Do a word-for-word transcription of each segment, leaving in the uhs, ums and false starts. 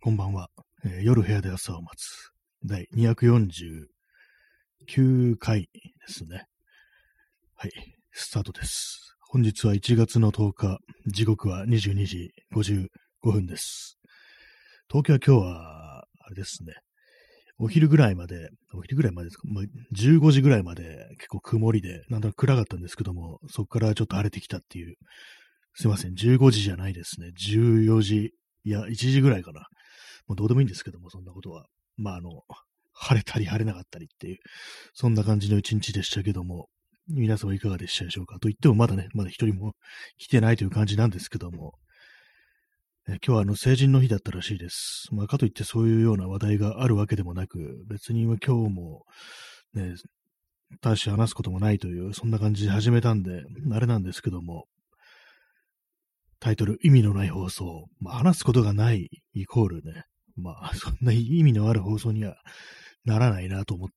こんばんは、えー夜部屋で朝を待つ。第にひゃくよんじゅうきゅうかいですね。はい、スタートです。本日はいちがつのとおか、時刻はにじゅうにじごじゅうごふんです。東京は今日は、あれですね、お昼ぐらいまで、お昼ぐらいまでですか、まあ、じゅうごじぐらいまで結構曇りで、なんとなく暗かったんですけども、そこからちょっと晴れてきたっていう、すいません、じゅうごじじゃないですね、じゅうよじ、いや、いちじぐらいかな。もうどうでもいいんですけども、そんなことは。まあ、あの、晴れたり晴れなかったりっていう、そんな感じの一日でしたけども、皆様いかがでしたでしょうか。と言ってもまだね、まだ一人も来てないという感じなんですけども、え今日はあの成人の日だったらしいです。まあ、かといってそういうような話題があるわけでもなく、別に今日もね、大して話すこともないという、そんな感じで始めたんで、あれなんですけども、タイトル、意味のない放送。まあ、話すことがないイコールね、まあ、そんな意味のある放送にはならないなと思って、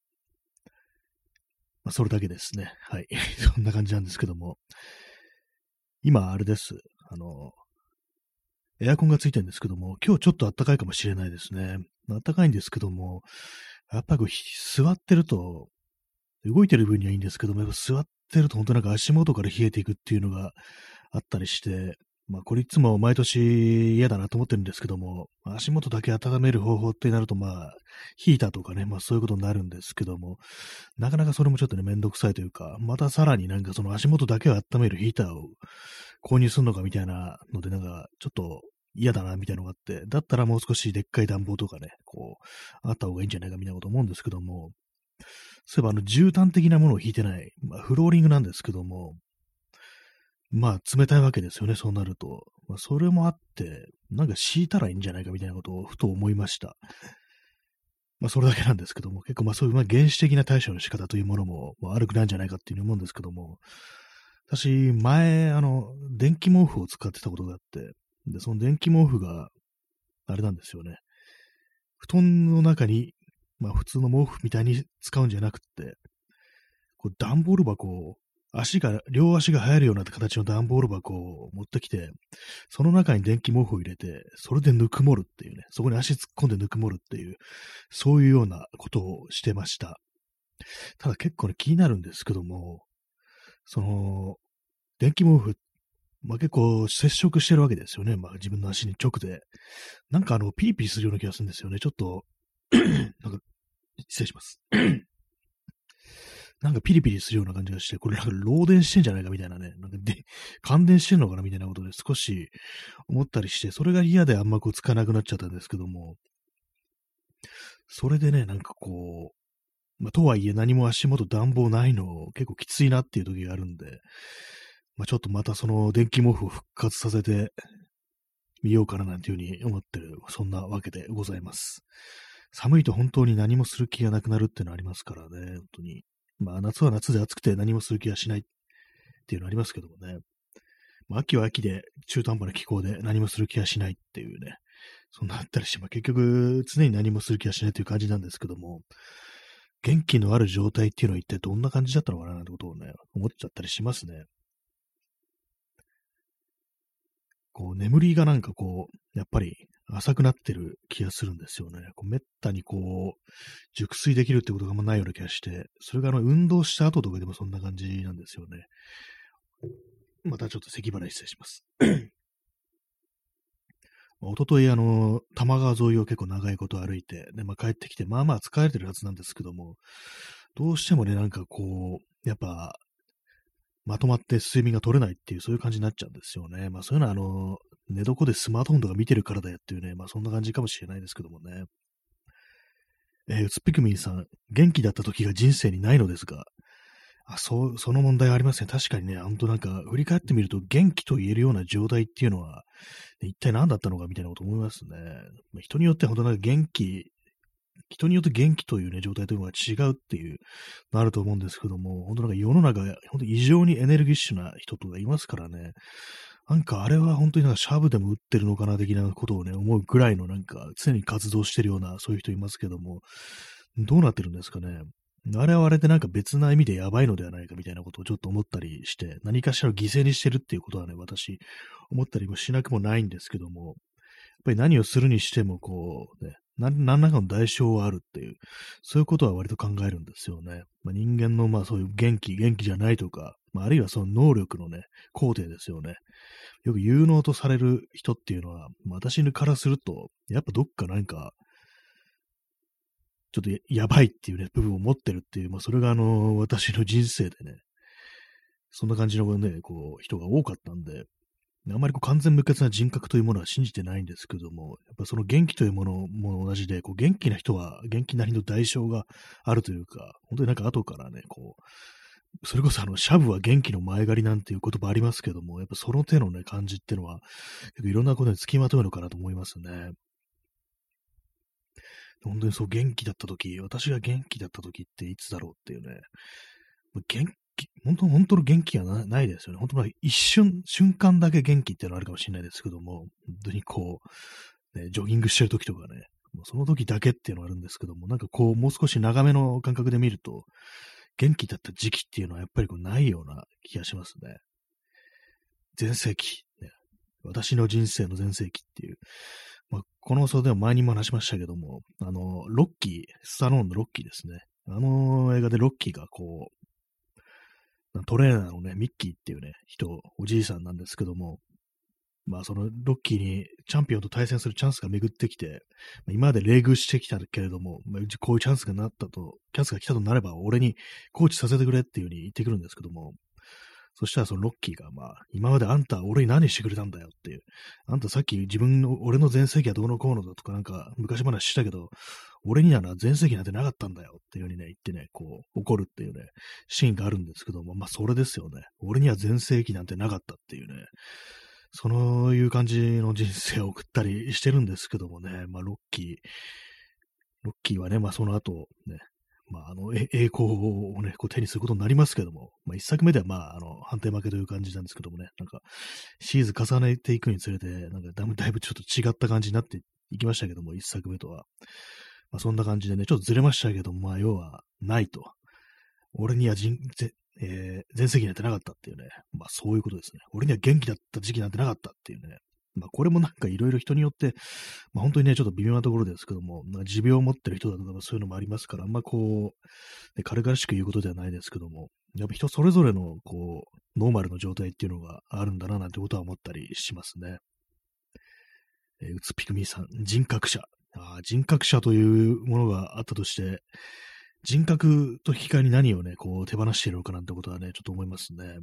まあ、それだけですね。はい。そんな感じなんですけども、今、あれです。あの、エアコンがついてるんですけども、今日ちょっと暖かいかもしれないですね。暖かいんですけども、やっぱりこう座ってると、動いてる分にはいいんですけども、やっぱ座ってると本当なんか足元から冷えていくっていうのがあったりして、まあこれいつも毎年嫌だなと思ってるんですけども、足元だけ温める方法ってなるとまあ、ヒーターとかね、まあそういうことになるんですけども、なかなかそれもちょっとね、めんどくさいというか、またさらになんかその足元だけを温めるヒーターを購入するのかみたいなので、なんかちょっと嫌だなみたいなのがあって、だったらもう少しでっかい暖房とかね、こう、あった方がいいんじゃないかみたいなこと思うんですけども、そういえばあの絨毯的なものを引いてない、まあフローリングなんですけども、まあ冷たいわけですよね、そうなると。まあそれもあって、なんか敷いたらいいんじゃないかみたいなことをふと思いました。まあそれだけなんですけども、結構まあそういうまあ原始的な対処の仕方というものも、まあ、悪くないんじゃないかっていうふうに思うんですけども、私、前、あの、電気毛布を使ってたことがあって、で、その電気毛布が、あれなんですよね。布団の中に、まあ普通の毛布みたいに使うんじゃなくって、こう段ボール箱を、足が、両足が入るような形の段ボール箱を持ってきて、その中に電気毛布を入れて、それでぬくもるっていうね、そこに足突っ込んでぬくもるっていう、そういうようなことをしてました。ただ結構ね、気になるんですけども、その、電気毛布、まあ、結構接触してるわけですよね。まあ、自分の足に直で。なんかあの、ピリピリするような気がするんですよね。ちょっとなんか、失礼します。なんかピリピリするような感じがして、これなんか漏電してんじゃないかみたいなね。なんかで、感電してんのかなみたいなことで少し思ったりして、それが嫌であんまこうつかなくなっちゃったんですけども、それでね、なんかこう、まあ、とはいえ何も足元暖房ないの結構きついなっていう時があるんで、まあ、ちょっとまたその電気毛布を復活させてみようかななんていうふうに思ってる、そんなわけでございます。寒いと本当に何もする気がなくなるっていうのありますからね、本当に。まあ夏は夏で暑くて何もする気がしないっていうのありますけどもね。まあ、秋は秋で中途半端な気候で何もする気がしないっていうね。そんなあったりして、まあ、結局常に何もする気がしないという感じなんですけども、元気のある状態っていうのは一体どんな感じだったのかななんてことをね、思っちゃったりしますね。こう、眠りがなんかこう、やっぱり浅くなってる気がするんですよね。こうめったにこう、熟睡できるってことがあんまないような気がして、それがあの、運動した後とかでもそんな感じなんですよね。またちょっと咳払い失礼します。一昨日あの、多摩川沿いを結構長いこと歩いて、で、まあ帰ってきて、まあまあ疲れてるはずなんですけども、どうしてもね、なんかこう、やっぱ、まとまって睡眠が取れないっていう、そういう感じになっちゃうんですよね。まあそういうのはあの、寝床でスマートフォンとか見てるからだよっていうね、まあそんな感じかもしれないですけどもね。えー、うつっぴくみんさん、元気だった時が人生にないのですが、あ、そう、その問題はありますね。確かにね、ほんとなんか、振り返ってみると、元気と言えるような状態っていうのは、ね一体何だったのかみたいなこと思いますね。まあ人によっては本当なんか元気、人によって元気というね、状態というのが違うっていうのあると思うんですけども、本当なんか世の中、本当異常にエネルギッシュな人とかいますからね。なんかあれは本当になんかシャブでも打ってるのかな的なことをね、思うぐらいのなんか常に活動してるようなそういう人いますけども、どうなってるんですかね。あれはあれでなんか別な意味でやばいのではないかみたいなことをちょっと思ったりして、何かしらを犠牲にしてるっていうことはね、私思ったりもしなくもないんですけども、 ぱり何をするにしても、こう、ね、何何らかの代償はあるっていう、そういうことは割と考えるんですよね。まあ、人間の、まあそういう元気、元気じゃないとか、まあ、あるいはその能力のね、肯定ですよね。よく有能とされる人っていうのは、まあ私からすると、やっぱどっかなんか、ちょっと や, やばいっていうね、部分を持ってるっていう、まあそれがあの、私の人生でね、そんな感じのね、こう、人が多かったんで、あまりこう完全無欠な人格というものは信じてないんですけども、やっぱその元気というものも同じで、こう元気な人は元気なりの代償があるというか、本当になんか後からね、こう、それこそあの、シャブは元気の前借りなんていう言葉ありますけども、やっぱその手のね、感じっていうのは、結構いろんなことに付きまとめるのかなと思いますね。本当にそう元気だった時、私が元気だった時っていつだろうっていうね、元気、本当、本当の元気はなないですよね。本当は一瞬、瞬間だけ元気っていうのはあるかもしれないですけども、本当にこう、ね、ジョギングしてる時とかね、もうその時だけっていうのはあるんですけども、なんかこう、もう少し長めの感覚で見ると、元気だった時期っていうのはやっぱりこうないような気がしますね。全盛期、ね。私の人生の全盛期っていう。まあ、この放送でも前にも話しましたけども、あの、ロッキー、スタローンのロッキーですね。あの映画でロッキーがこう、トレーナーのね、ミッキーっていうね、人、おじいさんなんですけども、まあそのロッキーにチャンピオンと対戦するチャンスが巡ってきて、今まで冷遇してきたけれども、まあ、こういうチャンスがなったと、チャンスが来たとなれば俺にコーチさせてくれっていう風に言ってくるんですけども、そしたらそのロッキーが、まあ、今まであんた俺に何してくれたんだよっていう。あんたさっき自分の、俺の全盛期はどうのこうのだとかなんか昔話したけど、俺になら全盛期なんてなかったんだよっていう風にね、言ってね、こう、怒るっていうね、シーンがあるんですけども、まあそれですよね。俺には全盛期なんてなかったっていうね、そういう感じの人生を送ったりしてるんですけどもね、まあロッキー、ロッキーはね、まあその後、ね、まあ、あの、栄光をね、こう手にすることになりますけども、まあ、一作目ではまあ、あの、判定負けという感じなんですけどもね、なんか、シーズン重ねていくにつれて、なんかだいぶ、だいぶちょっと違った感じになっていきましたけども、一作目とは。まあ、そんな感じでね、ちょっとずれましたけども、まあ、要は、ないと。俺には人、ぜえー、全盛期なんてなかったっていうね、まあ、そういうことですね。俺には元気だった時期なんてなかったっていうね、まあ、これもなんかいろいろ人によって、まあ、本当にね、ちょっと微妙なところですけども、まあ、持病を持ってる人だとかそういうのもありますから、あんまこう、ね、軽々しく言うことではないですけども、やっぱ人それぞれの、こう、ノーマルの状態っていうのがあるんだな、なんてことは思ったりしますね。えー、うつぴくみさん、人格者。あ人格者というものがあったとして、人格と引き換えに何をね、こう手放しているのかなんてことはね、ちょっと思いますね。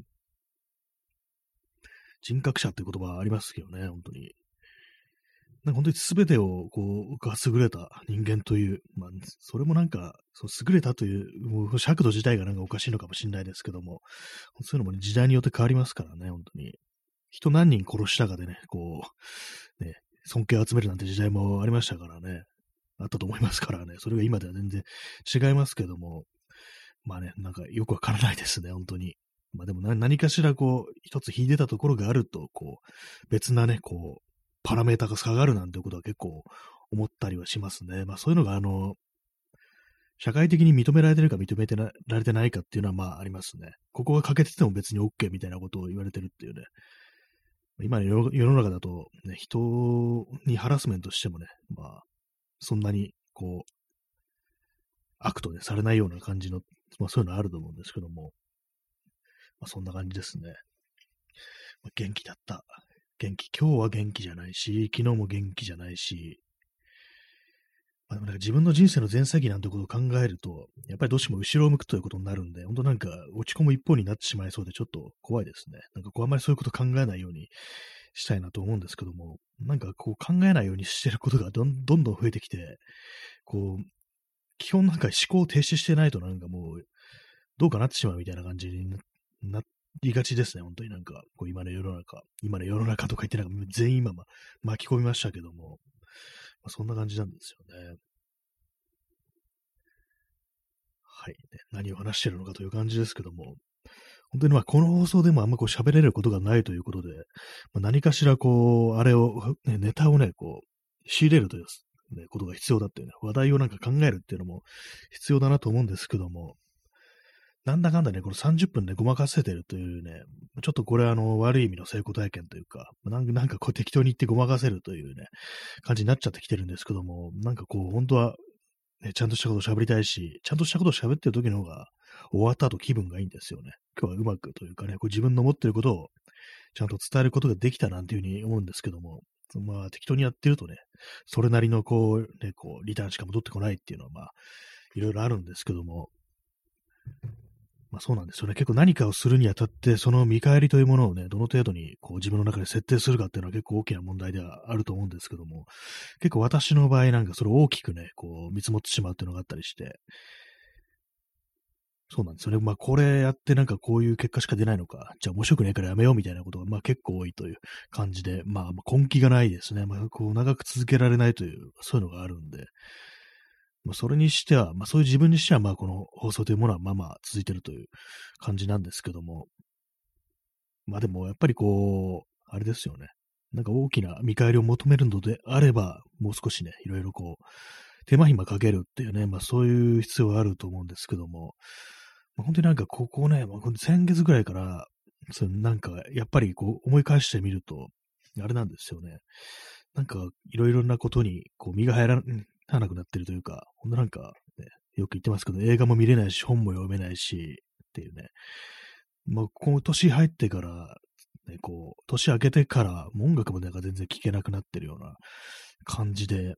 人格者って言葉ありますけどね、本当に。なんか本当に全てを、こう、が優れた人間という、まあ、それもなんか、そう優れたという、もう尺度自体がなんかおかしいのかもしれないですけども、そういうのも、ね、時代によって変わりますからね、本当に。人何人殺したかでね、こう、ね、尊敬を集めるなんて時代もありましたからね、あったと思いますからね、それが今では全然違いますけども、まあね、なんかよくわからないですね、本当に。まあでも何かしらこう、一つ秀でたところがあると、こう、別なね、こう、パラメータが下がるなんてことは結構思ったりはしますね。まあそういうのがあの、社会的に認められてるか認めてられてないかっていうのはまあありますね。ここが欠けてても別に OK みたいなことを言われてるっていうね。今の世の中だと、ね、人にハラスメントしてもね、まあ、そんなにこう、悪とね、されないような感じの、まあそういうのあると思うんですけども、まあそんな感じですね。まあ、元気だった。元気、今日は元気じゃないし、昨日も元気じゃないし、まあ、でもなんか自分の人生の全盛期なんてことを考えると、やっぱりどうしても後ろを向くということになるんで、本当なんか落ち込む一方になってしまいそうで、ちょっと怖いですね。なんかこうあんまりそういうこと考えないようにしたいなと思うんですけども、なんかこう考えないようにしてることがどんどんどん増えてきて、こう、基本なんか思考を停止してないとなんかもう、どうかなってしまうみたいな感じになりがちですね、本当になんか、こう今の世の中、今の世の中とか言ってなんか全員今、ま、巻き込みましたけども、まあ、そんな感じなんですよね。はい、ね。何を話してるのかという感じですけども、本当にまあこの放送でもあんまこう喋れることがないということで、まあ、何かしらこう、あれを、ね、ネタをね、こう、仕入れるという、ね、ことが必要だっていうね、話題をなんか考えるっていうのも必要だなと思うんですけども、 なんだかんだね、このさんじゅっぷんでごまかせてるというね、ちょっとこれあの、悪い意味の成功体験というか、なんかなんかこう適当に言ってごまかせるというね、感じになっちゃってきてるんですけども、なんかこう、本当は、ね、ちゃんとしたことを喋りたいし、ちゃんとしたことを喋ってる時の方が、終わった後気分がいいんですよね。今日はうまくというかね、こう自分の持ってることをちゃんと伝えることができたなんていうふうに思うんですけども、まあ適当にやってるとね、それなりのこう、ね、こう、リターンしか戻ってこないっていうのはまあ、いろいろあるんですけども、まあそうなんですよね。結構何かをするにあたって、その見返りというものをね、どの程度にこう自分の中で設定するかっていうのは結構大きな問題ではあると思うんですけども、結構私の場合なんかそれを大きくね、こう見積もってしまうっていうのがあったりして、そうなんですよね。まあこれやってなんかこういう結果しか出ないのか、じゃあ面白くないからやめようみたいなことがまあ結構多いという感じで、まあ根気がないですね。まあこう長く続けられないという、そういうのがあるんで、まあ、それにしては、まあそういう自分にしては、まあこの放送というものはまあまあ続いてるという感じなんですけども、まあでもやっぱりこう、あれですよね。なんか大きな見返りを求めるのであれば、もう少しね、いろいろこう、手間暇かけるっていうね、まあそういう必要はあると思うんですけども、まあ、本当になんかここね、まあ、先月ぐらいから、そのなんかやっぱりこう思い返してみると、あれなんですよね。なんかいろいろなことにこう身が入らなくなってるというか、ほんとなんか、ね、よく言ってますけど、映画も見れないし、本も読めないし、っていうね。まあ、この年入ってから、ね、こう、年明けてから、もう音楽もなんか全然聴けなくなってるような感じで、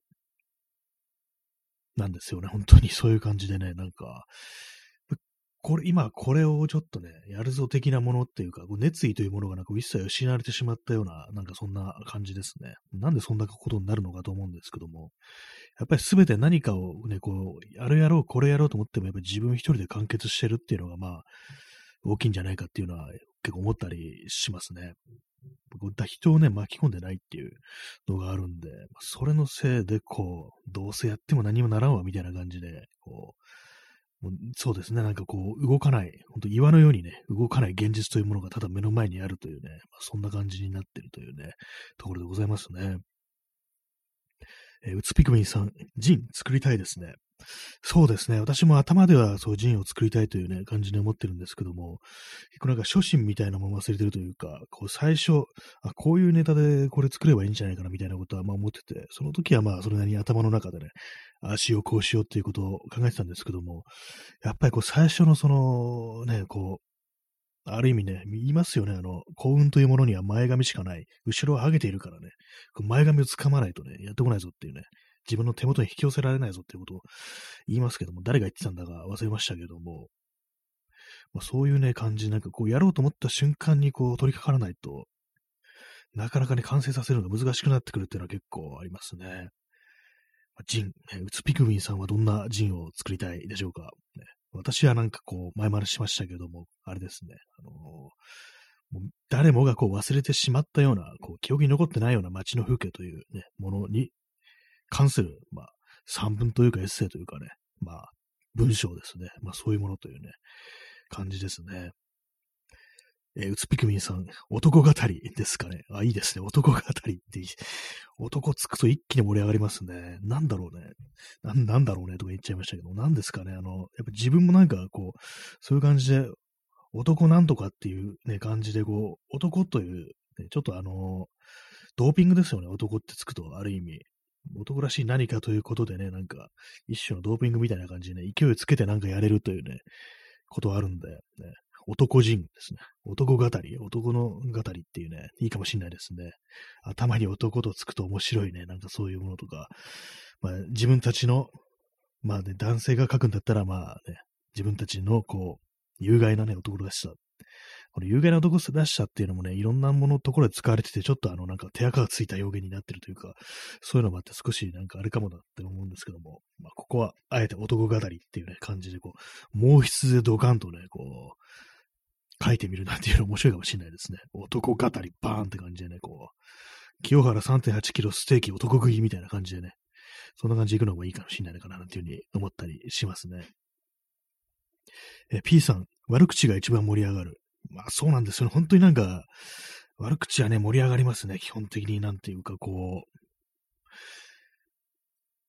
なんですよね。本当にそういう感じでね、なんか、これ、今これをちょっとね、やるぞ的なものっていうか、こう熱意というものがなんか一切失われてしまったような、なんかそんな感じですね。なんでそんなことになるのかと思うんですけども、やっぱりすべて何かをね、こう、あれやろう、これやろうと思っても、やっぱり自分一人で完結してるっていうのが、まあ、大きいんじゃないかっていうのは結構思ったりしますね。人をね、巻き込んでないっていうのがあるんで、それのせいで、こう、どうせやっても何もならんわ、みたいな感じで、こう、もうそうですね、なんかこう、動かない、本当岩のようにね、動かない現実というものがただ目の前にあるというね、まあ、そんな感じになってるというね、ところでございますね。えー、うつピクミンさん、ジン作りたいですね。そうですね。私も頭ではそうジンを作りたいというね、感じに思ってるんですけども、結構なんか初心みたいなもの忘れてるというか、こう最初、あ、こういうネタでこれ作ればいいんじゃないかなみたいなことはまあ思ってて、その時はまあそれなりに頭の中でね、ああしようこうしようっていうことを考えてたんですけども、やっぱりこう最初のそのね、こう、ある意味ね、言いますよね、あの、幸運というものには前髪しかない。後ろは上げているからね、こう前髪をつかまないとね、やってこないぞっていうね、自分の手元に引き寄せられないぞっていうことを言いますけども、誰が言ってたんだか忘れましたけども、まあ、そういうね、感じ、なんかこう、やろうと思った瞬間にこう、取り掛からないと、なかなかね、完成させるのが難しくなってくるっていうのは結構ありますね。まあ、ジン、えうつピクミンさんはどんなジンを作りたいでしょうか。ね、私はなんかこう、前々しましたけども、あれですね、あのーもう誰もがこう忘れてしまったような、こう記憶に残ってないような街の風景というね、ものに関する、まあ、散文というかエッセイというかね、まあ、文章ですね。まあ、そういうものというね、感じですね。えー、うつぴくみんさん、男語りですかね。あ、いいですね。男語りっていい、男つくと一気に盛り上がりますね。なんだろうね。な、なんだろうねとか言っちゃいましたけど、なんですかね。あの、やっぱ自分もなんかこう、そういう感じで、男なんとかっていうね、感じでこう、男という、ね、ちょっとあの、ドーピングですよね。男ってつくと、ある意味。男らしい何かということでね、なんか、一種のドーピングみたいな感じでね、勢いつけてなんかやれるというね、ことはあるんで、ね、男人ですね。男語り、男の語りっていうね、いいかもしれないですね。頭に男とつくと面白いね、なんかそういうものとか、まあ自分たちの、まあね、男性が書くんだったら、まあね、自分たちのこう、有害なね、男らしさ。この有害な男らしさっていうのもね、いろんなものところで使われてて、ちょっとあの、なんか手垢がついた表現になってるというか、そういうのもあって少しなんかあれかもなって思うんですけども、まあ、ここはあえて男語りっていうね、感じでこう、毛筆でドカンとね、こう、書いてみるなんていうの面白いかもしれないですね。男語りバーンって感じでね、こう、清原 さんてんはちキロステーキ男食いみたいな感じでね、そんな感じで行くのもいいかもしれないのかな、なんていうふうに思ったりしますね。え、P さん、悪口が一番盛り上がる。まあそうなんですよね。本当になんか、悪口はね、盛り上がりますね。基本的になんていうか、こう、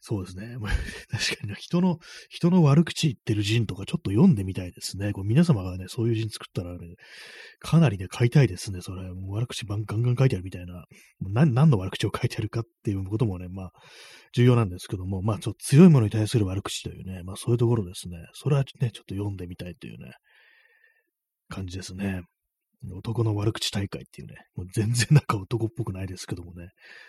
そうですね。まあ確かに人の、人の悪口言ってる人とかちょっと読んでみたいですね。こう皆様がね、そういう人作ったらね、かなりね、買いたいですね。それ、もう悪口ばんガンガン書いてあるみたいな。もう何、何の悪口を書いてあるかっていうこともね、まあ、重要なんですけども、まあ、ちょっと強いものに対する悪口というね、まあそういうところですね。それはね、ちょっと読んでみたいというね、感じですね。男の悪口大会っていうね、もう全然なんか男っぽくないですけどもね。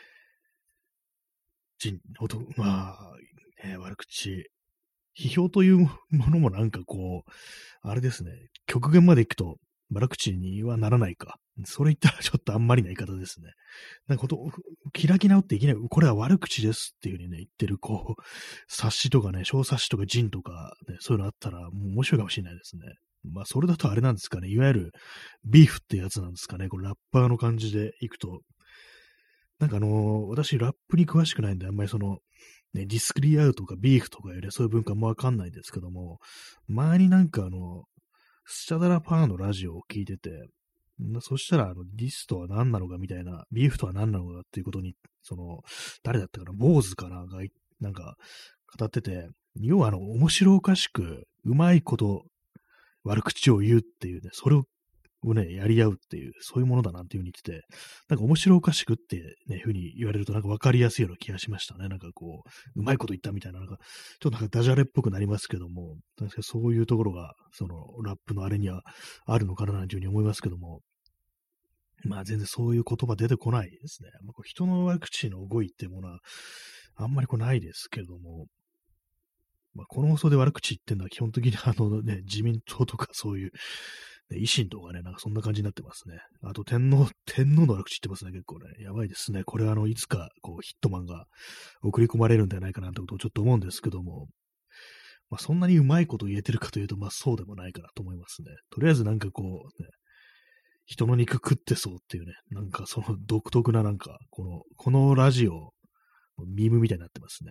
人、男、まあ、ね、悪口、批評というものもなんかこう、あれですね、極限まで行くと悪口にはならないか。それ言ったらちょっとあんまりな言い方ですね。なんかこと、開き直っていきなり、これは悪口ですっていう風にね、言ってる、こう、冊子とかね、小冊子とかジンとか、ね、そういうのあったら、もう面白いかもしれないですね。まあ、それだとあれなんですかね、いわゆるビーフってやつなんですかね、これラッパーの感じでいくと、なんかあのー私、ラップに詳しくないんで、あんまりその、ね、ディスクリアウとかビーフとかよりそういう文化もわかんないんですけども、前になんかあの、スチャダラパーのラジオを聞いてて、なそしたら、あの、ディスとは何なのかみたいな、ビーフとは何なのかっていうことに、その、誰だったかな、坊主かながい、なんか、語ってて、要はあの、面白おかしく、うまいこと悪口を言うっていうね、それををね、やり合うっていう、そういうものだなっていうふうに言ってて、なんか面白おかしくってね、ふうに言われるとなんかわかりやすいような気がしましたね。なんかこう、うまいこと言ったみたいな、なんか、ちょっとなんかダジャレっぽくなりますけども、確かにそういうところが、その、ラップのあれにはあるのかななんていうふうに思いますけども、まあ全然そういう言葉出てこないですね。まあ、こう人の悪口の語彙っていうものは、あんまりこうないですけども、まあ、この放送で悪口言ってるのは基本的にあのね、自民党とかそういう、ね、維新とかね、なんかそんな感じになってますね。あと天皇、天皇の悪口言ってますね、結構ね。やばいですね。これはあの、いつかこうヒットマンが送り込まれるんじゃないかなってことをちょっと思うんですけども、まあそんなにうまいこと言えてるかというと、まあそうでもないかなと思いますね。とりあえずなんかこう、ね、人の肉食ってそうっていうね、なんかその独特ななんか、この、このラジオ、ミームみたいになってますね。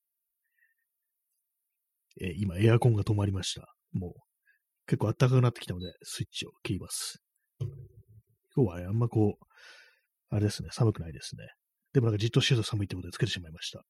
えー今、エアコンが止まりました。もう、結構暖かくなってきたので、スイッチを切ります。今日は、ね、あんまこう、あれですね、寒くないですね。でもなんかじっとしてると寒いってことでつけてしまいました。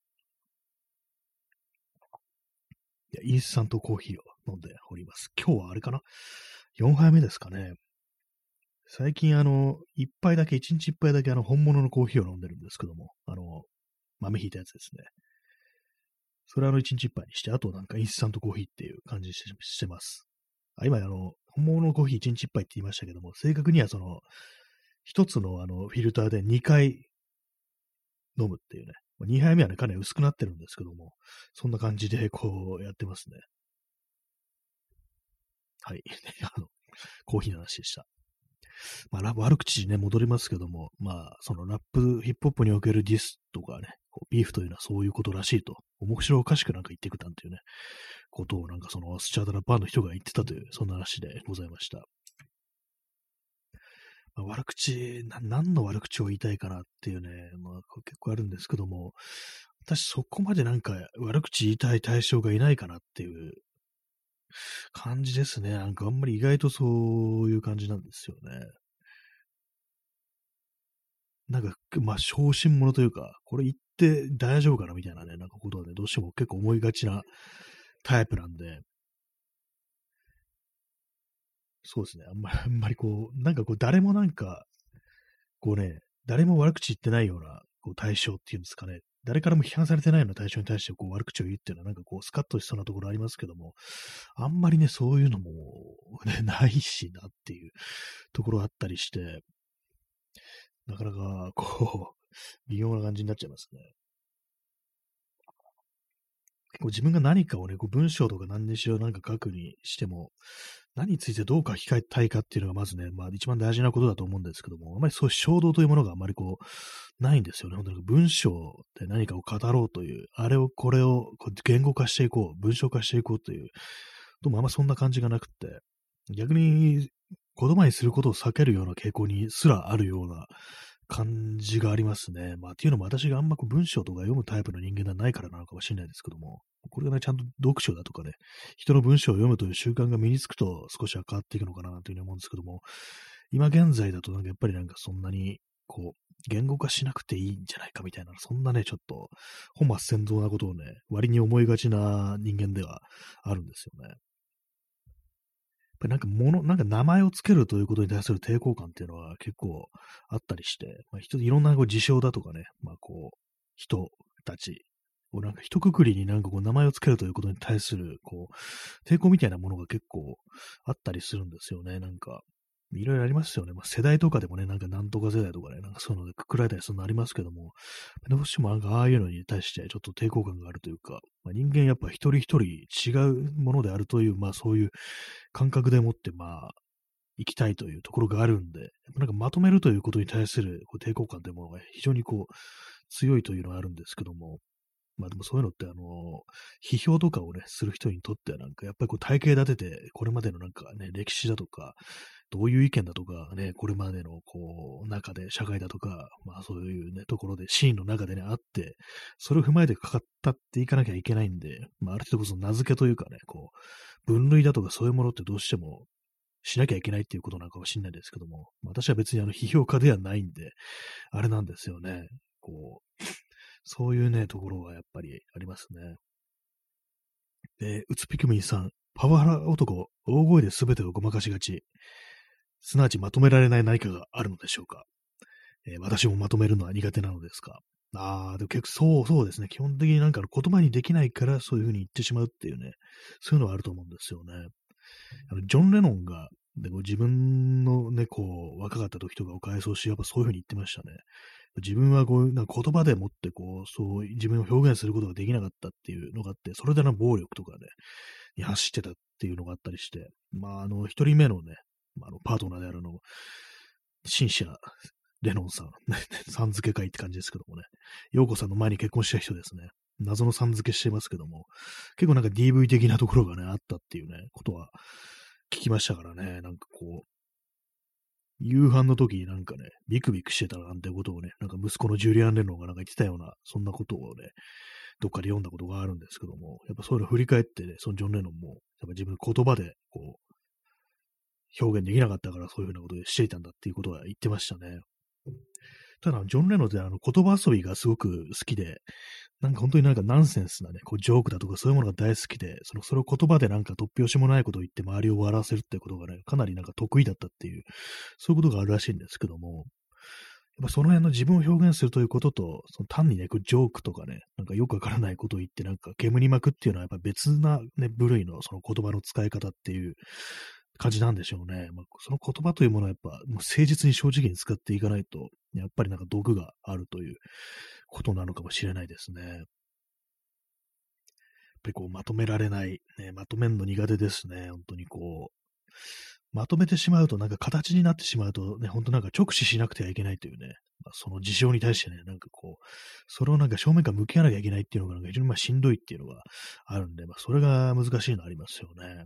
いや、インスタントコーヒーを飲んでおります。今日はあれかな ?よん 杯目ですかね。最近あの、一杯だけ、一日一杯だけあの、本物のコーヒーを飲んでるんですけども、あの、豆ひいたやつですね。それはあの、一日一杯にして、あとなんかインスタントコーヒーっていう感じにしてしてます。あ今、あの、本物のコーヒー一日一杯って言いましたけども、正確にはその、一つのあの、フィルターでにかい飲むっていうね。にはいめはね、かなり薄くなってるんですけども、そんな感じでこうやってますね。はい。あの、コーヒーの話でした。まあ、ラ悪口にね、戻りますけども、まあ、そのラップ、ヒップホップにおけるディスとかね、こうビーフというのはそういうことらしいと、面白おかしくなんか言ってくたんていうね、ことをなんかそのスチャーダラパーの人が言ってたという、そんな話でございました。まあ、悪口な、何の悪口を言いたいかなっていうね、まあ結構あるんですけども、私そこまでなんか悪口言いたい対象がいないかなっていう感じですね。なんかあんまり意外とそういう感じなんですよね。なんか、まあ、小心者というか、これ言って大丈夫かなみたいなね、なんかことはね、どうしても結構思いがちなタイプなんで、そうですね。あんまり、あんまりこう、なんかこう、誰もなんか、こうね、誰も悪口言ってないような、こう、対象っていうんですかね。誰からも批判されてないような対象に対して、こう、悪口を言うっていうのは、なんかこう、スカッとしそうなところありますけども、あんまりね、そういうのも、ね、ないしなっていうところあったりして、なかなか、こう、微妙な感じになっちゃいますね。こう自分が何かをね、こう文章とか何にしろなんか書くにしても、何についてどう書き換えたいかっていうのがまずね、まあ一番大事なことだと思うんですけども、あまりそういう衝動というものがあまりこう、ないんですよね。本当に文章で何かを語ろうという、あれをこれをこう言語化していこう、文章化していこうという、どうもあんまそんな感じがなくって、逆に言葉にすることを避けるような傾向にすらあるような感じがありますね。まあ、っていうのも私があんまこう文章とか読むタイプの人間ではないからなのかもしれないですけども、これがね、ちゃんと読書だとかね、人の文章を読むという習慣が身につくと少しは変わっていくのかなというふうに思うんですけども、今現在だとなんかやっぱりなんかそんなに、こう、 言語化しなくていいんじゃないかみたいな、そんなね、ちょっと本末転倒なことをね、割に思いがちな人間ではあるんですよね。やっぱりなんか物、なんか名前をつけるということに対する抵抗感っていうのは結構あったりして、まあ、人いろんなこう事象だとかね、まあこう、人たちをなんか一括りになんかこう名前をつけるということに対するこう、抵抗みたいなものが結構あったりするんですよね、なんか。いろいろありますよね。まあ、世代とかでもね、なんかなんとか世代とかね、なんかそういうのでくくられたりするのありますけども、どうしてもなんかああいうのに対してちょっと抵抗感があるというか、まあ、人間やっぱ一人一人違うものであるという、まあそういう感覚でもって、まあ、生きたいというところがあるんで、なんかまとめるということに対するこう抵抗感というものが非常にこう強いというのがあるんですけども、まあでもそういうのって、あの、批評とかをね、する人にとってはなんか、やっぱりこう体系立てて、これまでのなんかね、歴史だとか、どういう意見だとかね、これまでのこう、中で、社会だとか、まあそういうね、ところで、シーンの中でね、あって、それを踏まえてかかったっていかなきゃいけないんで、まあある程度こそ名付けというかね、こう、分類だとかそういうものってどうしてもしなきゃいけないっていうことなのかもしれないですけども、私は別にあの批評家ではないんで、あれなんですよね。こう、そういうね、ところはやっぱりありますね。で、うつぴくみんさん、パワハラ男、大声で全てをごまかしがち。すなわちまとめられない何かがあるのでしょうか。えー私もまとめるのは苦手なのですか。ああ、でも結構そうそうですね。基本的になんか言葉にできないからそういうふうに言ってしまうっていうね、そういうのはあると思うんですよね。あのジョン・レノンが、でこう自分のね、こう、若かった時とかを回想し、やっぱそういうふうに言ってましたね。自分はこういうなんか言葉でもってこう、そう自分を表現することができなかったっていうのがあって、それでの暴力とかね、に走ってたっていうのがあったりして、まあ、あの、一人目のね、まあ、あのパートナーであるの、シンシア・レノンさん、さん付け会って感じですけどもね、ヨーコさんの前に結婚した人ですね。謎のさん付けしてますけども、結構なんか ディーブイ 的なところがね、あったっていうね、ことは聞きましたからね、なんかこう、夕飯の時になんかね、ビクビクしてたなんてことをね、なんか息子のジュリアン・レノンがなんか言ってたような、そんなことをね、どっかで読んだことがあるんですけども、やっぱそういうのを振り返ってね、そのジョン・レノンも、やっぱ自分の言葉でこう、表現できなかったからそういうふうなことをしていたんだっていうことは言ってましたね。ただ、ジョン・レノンってあの言葉遊びがすごく好きで、なんか本当になんかナンセンスなね、こうジョークだとかそういうものが大好きで、そのそれを言葉でなんか突拍子もないことを言って周りを笑わせるってことがね、かなりなんか得意だったっていう、そういうことがあるらしいんですけども、やっぱその辺の自分を表現するということと、その単にね、こうジョークとかね、なんかよくわからないことを言って、なんか煙に巻くっていうのはやっぱ別なね、部類のその言葉の使い方っていう感じなんでしょうね。まあ、その言葉というものはやっぱもう誠実に正直に使っていかないと、やっぱりなんか毒があるということなのかもしれないですね。やっぱりこうまとめられない、ね、まとめるの苦手ですね。本当にこう、まとめてしまうと、なんか形になってしまうとね、ほんとなんか直視しなくてはいけないというね、まあ、その事象に対してね、なんかこう、それをなんか正面から向き合わなきゃいけないっていうのが、なんか非常にまあしんどいっていうのがあるんで、まあ、それが難しいのありますよね。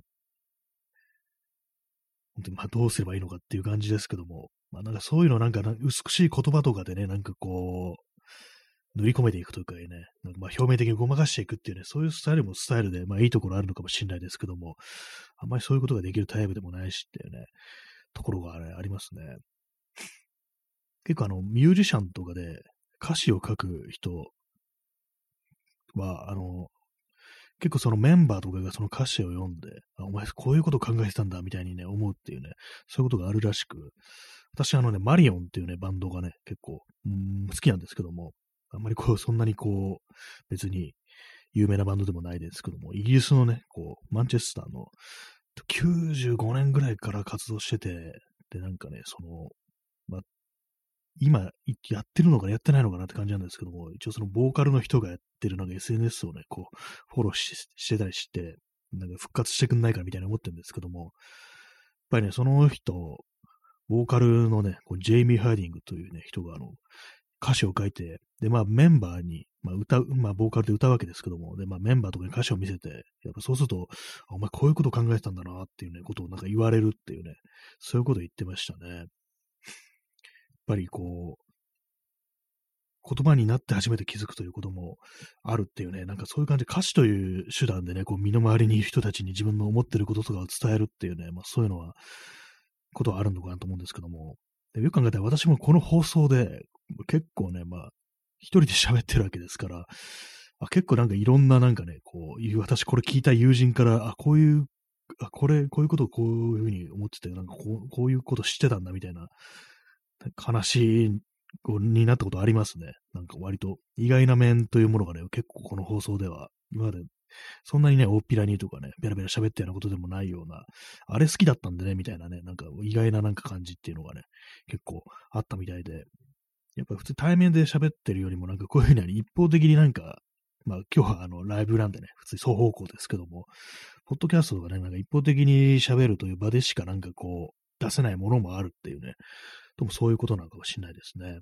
本当にまあどうすればいいのかっていう感じですけども、まあなんかそういうのなんかな美しい言葉とかでね、なんかこう、塗り込めていくというかね、なんかまあ表面的にごまかしていくっていうね、そういうスタイルもスタイルで、まあいいところあるのかもしれないですけども、あんまりそういうことができるタイプでもないしっていうね、ところがあれありますね。結構あの、ミュージシャンとかで歌詞を書く人は、あの、結構そのメンバーとかがその歌詞を読んで、あ、お前こういうこと考えてたんだみたいにね、思うっていうね、そういうことがあるらしく、私あのね、マリオンっていうね、バンドがね、結構、うーん、好きなんですけども、あんまりこう、そんなにこう、別に有名なバンドでもないですけども、イギリスのね、こう、マンチェスターのきゅうじゅうごねんぐらいから活動してて、で、なんかね、その、まあ、今、いやってるのかやってないのかなって感じなんですけども、一応そのボーカルの人がやってるなんか エスエヌエス をね、こう、フォローししてたりして、なんか復活してくんないかみたいに思ってるんですけども、やっぱりね、その人、ボーカルのね、こうジェイミー・ハーディングというね、人があの、歌詞を書いて、で、まあメンバーに、まあ歌う、まあボーカルで歌うわけですけども、で、まあメンバーとかに歌詞を見せて、やっぱそうすると、あお前こういうこと考えてたんだなっていうね、ことをなんか言われるっていうね、そういうことを言ってましたね。やっぱりこう、言葉になって初めて気づくということもあるっていうね、なんかそういう感じで歌詞という手段でね、こう身の回りにいる人たちに自分の思ってることとかを伝えるっていうね、まあそういうのは、ことはあるのかなと思うんですけども、 でよく考えたら私もこの放送で結構ね、まあ、一人で喋ってるわけですから、あ結構なんかいろんななんかね、こういう、私これ聞いた友人から、あ、こういう、あ、これ、こういうことをこういうふうに思ってて、なんかこうこういうこと知ってたんだみたいな話になったことありますね。なんか割と意外な面というものがね、結構この放送では、今までそんなにね、大っぴらにとかね、ベラベラ喋ったようなことでもないような、あれ好きだったんでね、みたいなね、なんか意外ななんか感じっていうのがね、結構あったみたいで、やっぱ普通対面で喋ってるよりもなんかこういうふうに一方的になんか、まあ今日はあのライブなんでね、普通に双方向ですけども、ポッドキャストとかね、なんか一方的に喋るという場でしかなんかこう出せないものもあるっていうね、ともそういうことなのかもしれないですね。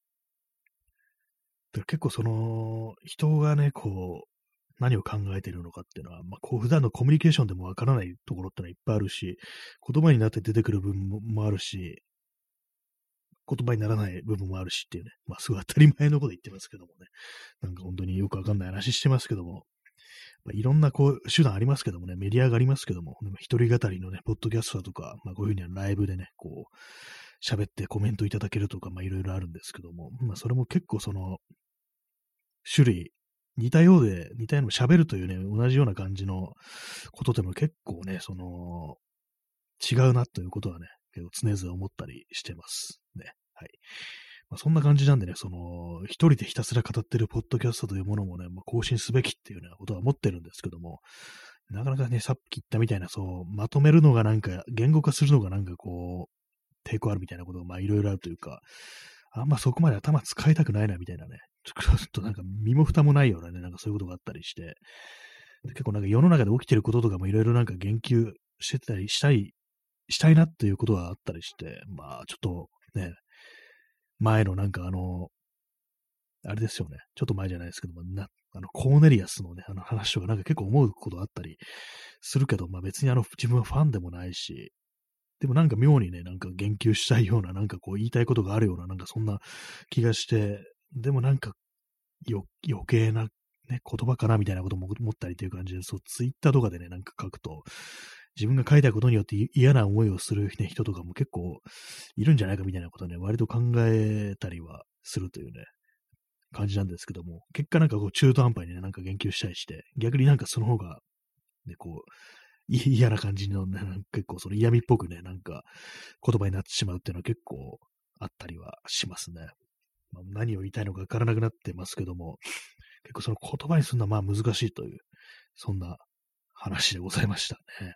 だから結構その、人がね、こう、何を考えているのかっていうのは、まあ、こう普段のコミュニケーションでもわからないところってのはいっぱいあるし、言葉になって出てくる部分もあるし、言葉にならない部分もあるしっていうね、まあ、すごい当たり前のこと言ってますけどもね、なんか本当によくわかんない話してますけども、まあ、いろんなこう手段ありますけどもね、メディアがありますけども、でも一人語りのね、ポッドキャストだとか、まあ、こういうふうにライブでね、こう、喋ってコメントいただけるとか、まあいろいろあるんですけども、まあそれも結構その、種類、似たようで、似たように喋るというね、同じような感じのことでも結構ね、その、違うなということはね、結構常々思ったりしてますね。はい。まあ、そんな感じなんでね、その、一人でひたすら語ってるポッドキャストというものもね、まあ、更新すべきっていうようなことは思ってるんですけども、なかなかね、さっき言ったみたいな、そう、まとめるのがなんか、言語化するのがなんかこう、抵抗あるみたいなことが、まあいろいろあるというか、あんまそこまで頭使いたくないなみたいなね、ちょっとなんか身も蓋もないようなね、なんかそういうことがあったりして、結構なんか世の中で起きてることとかもいろいろなんか言及してたりしたい、したいなっていうことがあったりして、まあちょっとね、前のなんかあの、あれですよね、ちょっと前じゃないですけども、な、あの、コーネリアスのね、あの話とかなんか結構思うことあったりするけど、まあ別にあの、自分はファンでもないし、でもなんか妙にね、なんか言及したいような、なんかこう言いたいことがあるような、なんかそんな気がして、でもなんかよ余計な、ね、言葉かなみたいなことも思ったりという感じで、そう、ツイッターとかでね、なんか書くと、自分が書いたことによって嫌な思いをする、ね、人とかも結構いるんじゃないかみたいなことね、割と考えたりはするというね、感じなんですけども、結果なんかこう中途半端にね、なんか言及したりして、逆になんかその方が、ね、こう、い嫌な感じの、ね、結構その嫌味っぽくね、なんか言葉になってしまうっていうのは結構あったりはしますね。まあ、何を言いたいのかわからなくなってますけども、結構その言葉にするのはまあ難しいという、そんな話でございましたね。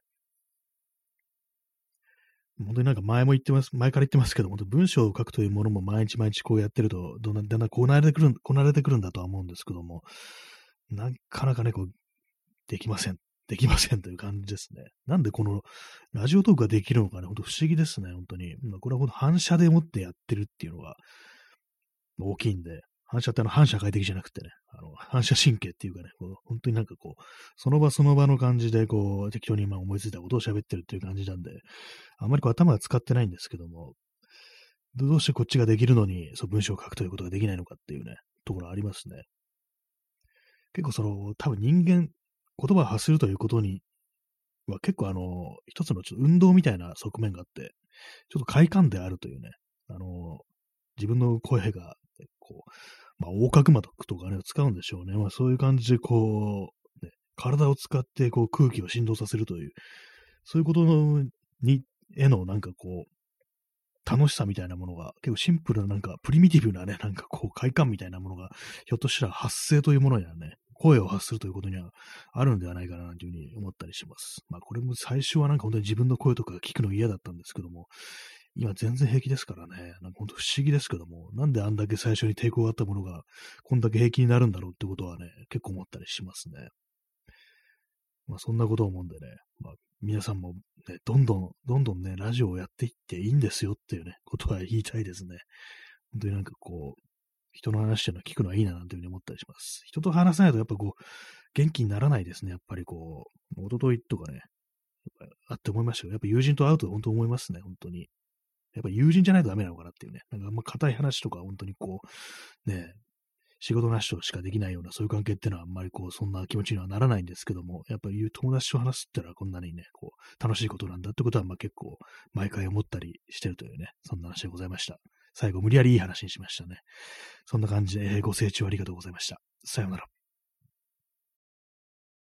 本当になんか前も言ってます、前から言ってますけども、文章を書くというものも毎日毎日こうやってると、だんだんだんだんこう慣れてくる、こなれてくるんだとは思うんですけども、なかなかね、こう、できません。できませんという感じですね。なんでこのラジオトークができるのかね、ほんと不思議ですね、本当に。まあ、これはほんと反射でもってやってるっていうのが大きいんで、反射ってあの反社会的じゃなくてね、あの反射神経っていうかね、こう本当になんかこう、その場その場の感じでこう、適当にまあ思いついたことを喋ってるっていう感じなんで、あんまりこう頭が使ってないんですけども、どうしてこっちができるのに、そう文章を書くということができないのかっていうね、ところありますね。結構その、多分人間、言葉を発するということには結構あの、一つのちょっと運動みたいな側面があって、ちょっと快感であるというね、あの、自分の声が、こう、まあ、横隔膜とかね、使うんでしょうね。まあ、そういう感じで、こう、ね、体を使って、こう、空気を振動させるという、そういうことのに、への、なんかこう、楽しさみたいなものが、結構シンプルな、なんか、プリミティブなね、なんかこう、快感みたいなものが、ひょっとしたら発声というものにはね、声を発するということにはあるんではないかな、というふうに思ったりします。まあ、これも最初はなんか本当に自分の声とか聞くの嫌だったんですけども、今全然平気ですからね。なんか本当不思議ですけども、なんであんだけ最初に抵抗があったものが、こんだけ平気になるんだろうってことはね、結構思ったりしますね。まあそんなことを思うんでね、まあ皆さんもね、どんどん、どんどんね、ラジオをやっていっていいんですよっていうね、ことは言いたいですね。本当になんかこう、人の話っていうのは聞くのはいいななんていうふうに思ったりします。人と話さないとやっぱこう、元気にならないですね。やっぱりこう、一昨日とかね、やっぱあって思いましたけど、やっぱ友人と会うと本当思いますね、本当に。やっぱ友人じゃないとダメなのかなっていうね。なんかあんま硬い話とか本当にこう、ね、 仕事なしとしかできないような、そういう関係っていうのはあんまりこう、そんな気持ちにはならないんですけども、やっぱり友達と話すってのはこんなにね、こう、楽しいことなんだってことは、まあ結構、毎回思ったりしてるというね、そんな話でございました。最後、無理やりいい話にしましたね。そんな感じで、えーご清聴ありがとうございました。さようなら。